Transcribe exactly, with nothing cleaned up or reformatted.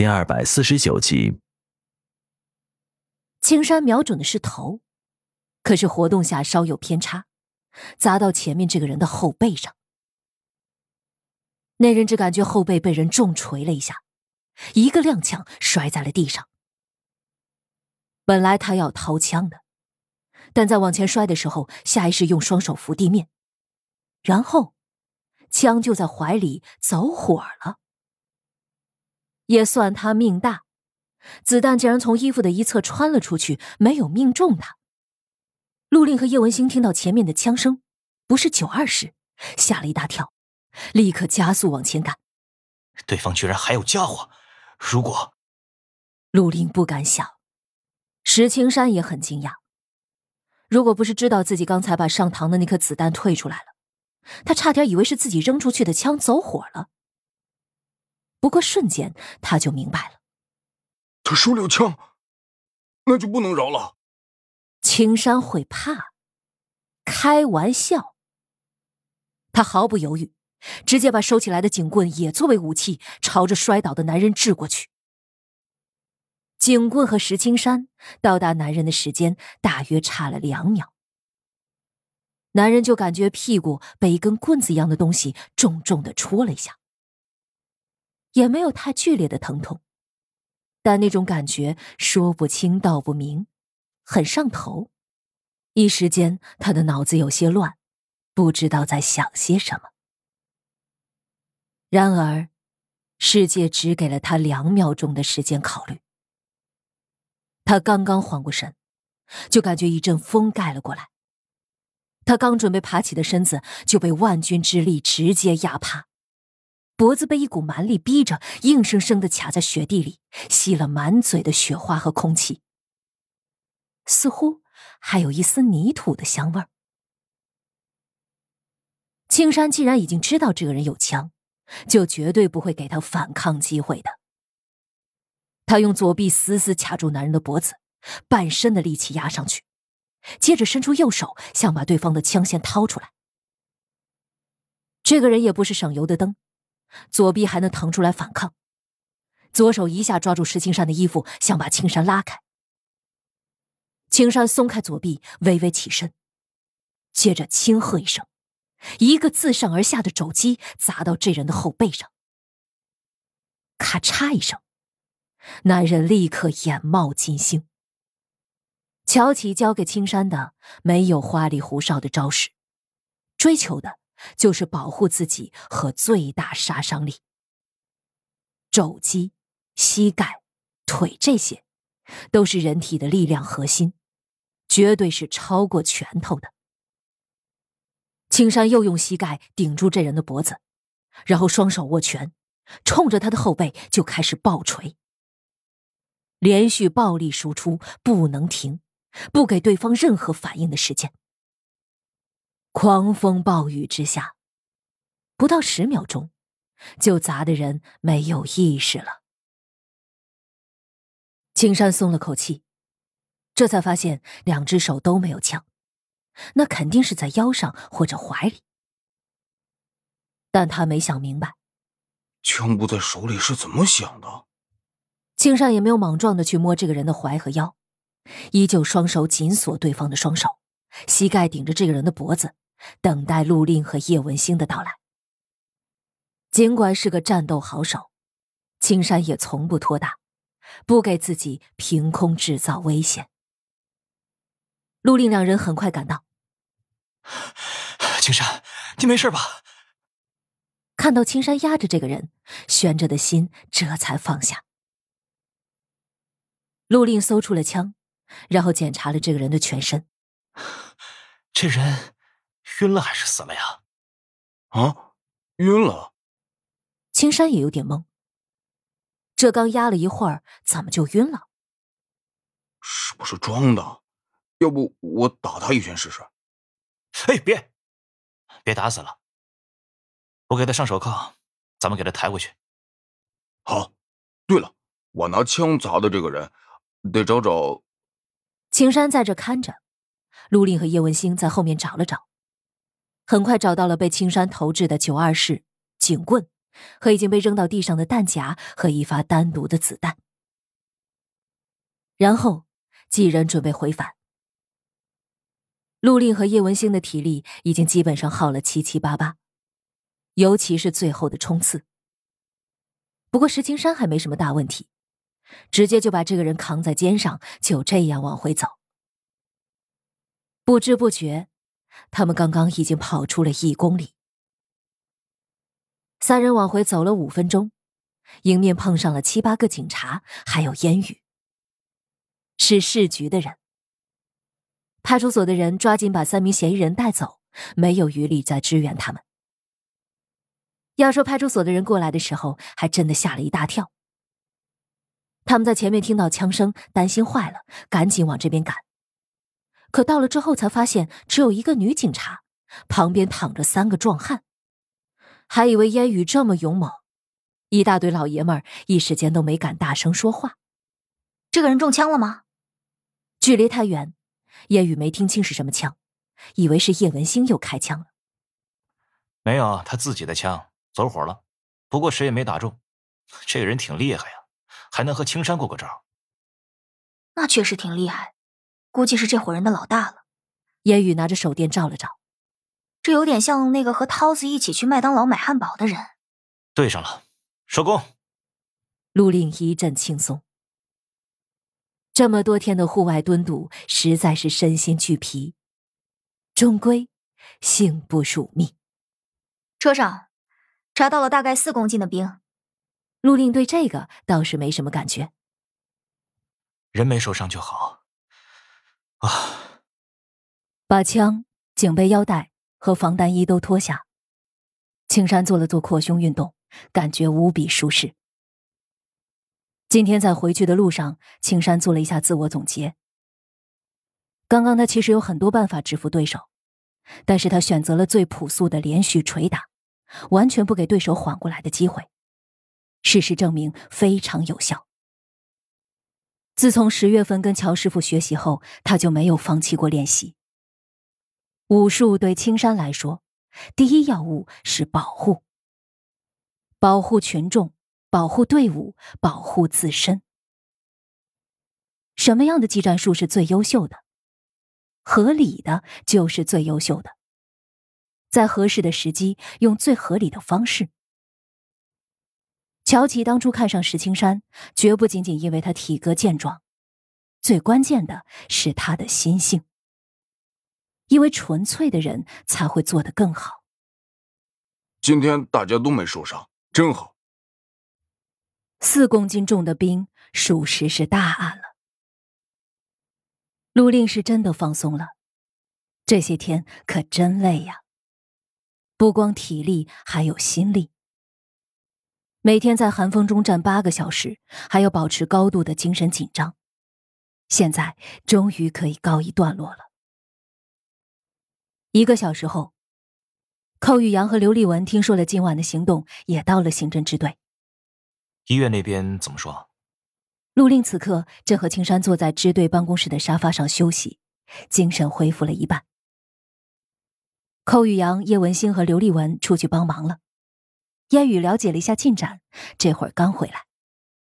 第二百四十九集。 青山瞄准的是头，可是活动下稍有偏差，砸到前面这个人的后背上。那人只感觉后背被人重锤了一下，一个踉跄摔在了地上。本来他要掏枪的，但在往前摔的时候，下意识用双手扶地面，然后枪就在怀里走火了。也算他命大，子弹竟然从衣服的一侧穿了出去，没有命中他。陆令和叶文兴听到前面的枪声，不是九二式，吓了一大跳，立刻加速往前赶。 对方居然还有家伙，如果…… 陆令不敢想，石青山也很惊讶。如果不是知道自己刚才把上膛的那颗子弹退出来了，他差点以为是自己扔出去的枪走火了。不过瞬间他就明白了， 他手里有枪，那就不能饶了。 青山会怕？开玩笑！他毫不犹豫，直接把收起来的警棍也作为武器，朝着摔倒的男人掷过去。警棍和石青山到达男人的时间大约差了两秒，男人就感觉屁股被一根棍子一样的东西重重地戳了一下，也没有太剧烈的疼痛，但那种感觉说不清道不明，很上头。一时间他的脑子有些乱，不知道在想些什么。然而世界只给了他两秒钟的时间考虑。他刚刚缓过神，就感觉一阵风盖了过来，他刚准备爬起的身子就被万钧之力直接压趴，脖子被一股蛮力逼着，硬生生地卡在雪地里，吸了满嘴的雪花和空气，似乎还有一丝泥土的香味儿。青山既然已经知道这个人有枪，就绝对不会给他反抗机会的。他用左臂死死卡住男人的脖子，半身的力气压上去，接着伸出右手想把对方的枪线掏出来。这个人也不是省油的灯，左臂还能腾出来反抗，左手一下抓住石青山的衣服，想把青山拉开。青山松开左臂，微微起身，接着轻喝一声，一个自上而下的肘击砸到这人的后背上，咔嚓一声，男人立刻眼冒金星。乔起交给青山的没有花里胡哨的招式，追求的就是保护自己和最大杀伤力。肘击、膝盖、腿这些都是人体的力量核心，绝对是超过拳头的。青山又用膝盖顶住这人的脖子，然后双手握拳，冲着他的后背就开始暴锤。连续暴力输出，不能停，不给对方任何反应的时间。狂风暴雨之下，不到十秒钟，就砸得人没有意识了。青山松了口气，这才发现两只手都没有枪，那肯定是在腰上或者怀里。但他没想明白， 枪不在手里是怎么想的？ 青山也没有莽撞地去摸这个人的怀和腰，依旧双手紧锁对方的双手，膝盖顶着这个人的脖子，等待陆令和叶文兴的到来。尽管是个战斗好手，青山也从不托大，不给自己凭空制造危险。陆令两人很快赶到。 青山，你没事吧？ 看到青山压着这个人，悬着的心这才放下。陆令搜出了枪，然后检查了这个人的全身。 这人晕了还是死了呀？ 啊，晕了。 青山也有点懵，这刚压了一会儿，怎么就晕了？ 是不是装的？要不我打他一拳试试？ 哎，别，别打死了。我给他上手铐，咱们给他抬回去。 好。对了，我拿枪砸的这个人，得找找。 青山在这看着，陆令和叶文兴在后面找了找，很快找到了被青山投掷的九二式、警棍和已经被扔到地上的弹夹和一发单独的子弹。然后几人准备回返。陆令和叶文兴的体力已经基本上耗了七七八八，尤其是最后的冲刺。不过石青山还没什么大问题，直接就把这个人扛在肩上，就这样往回走。不知不觉，他们刚刚已经跑出了一公里。三人往回走了五分钟，迎面碰上了七八个警察，还有烟雨，是市局的人。派出所的人抓紧把三名嫌疑人带走，没有余力再支援他们。要说派出所的人过来的时候，还真的吓了一大跳。他们在前面听到枪声，担心坏了，赶紧往这边赶。可到了之后才发现只有一个女警察，旁边躺着三个壮汉。还以为烟雨这么勇猛，一大堆老爷们儿一时间都没敢大声说话。 这个人中枪了吗？ 距离太远，烟雨没听清是什么枪，以为是叶文兴又开枪了。 没有，他自己的枪走火了，不过谁也没打中。这个人挺厉害呀，还能和青山过个招。 那确实挺厉害，估计是这伙人的老大了。 烟雨拿着手电照了照， 这有点像那个和涛子一起去麦当劳买汉堡的人。 对上了，收工。 陆令一阵轻松。这么多天的户外蹲堵，实在是身心俱疲，终归幸不辱命。 车上查到了大概四公斤的冰。 陆令对这个倒是没什么感觉， 人没受伤就好。啊！ 把枪、警备腰带和防弹衣都脱下，青山做了做扩胸运动，感觉无比舒适。今天在回去的路上，青山做了一下自我总结。刚刚他其实有很多办法制服对手，但是他选择了最朴素的连续捶打，完全不给对手缓过来的机会。事实证明非常有效。自从十月份跟乔师傅学习后，他就没有放弃过练习。武术对青山来说，第一要务是保护。保护群众，保护队伍，保护自身。什么样的技战术是最优秀的？合理的就是最优秀的。在合适的时机，用最合理的方式。乔琪当初看上石青山，绝不仅仅因为他体格健壮，最关键的是他的心性。因为纯粹的人才会做得更好。 今天大家都没受伤，真好。 四公斤重的冰，属实是大案了。陆令是真的放松了，这些天可真累呀，不光体力，还有心力。每天在寒风中站八个小时，还要保持高度的精神紧张。现在终于可以告一段落了。一个小时后，寇玉阳和刘立文听说了今晚的行动，也到了刑侦支队。 医院那边怎么说？ 陆令此刻正和青山坐在支队办公室的沙发上休息，精神恢复了一半。寇玉阳、叶文兴和刘立文出去帮忙了。烟雨了解了一下进展，这会儿刚回来。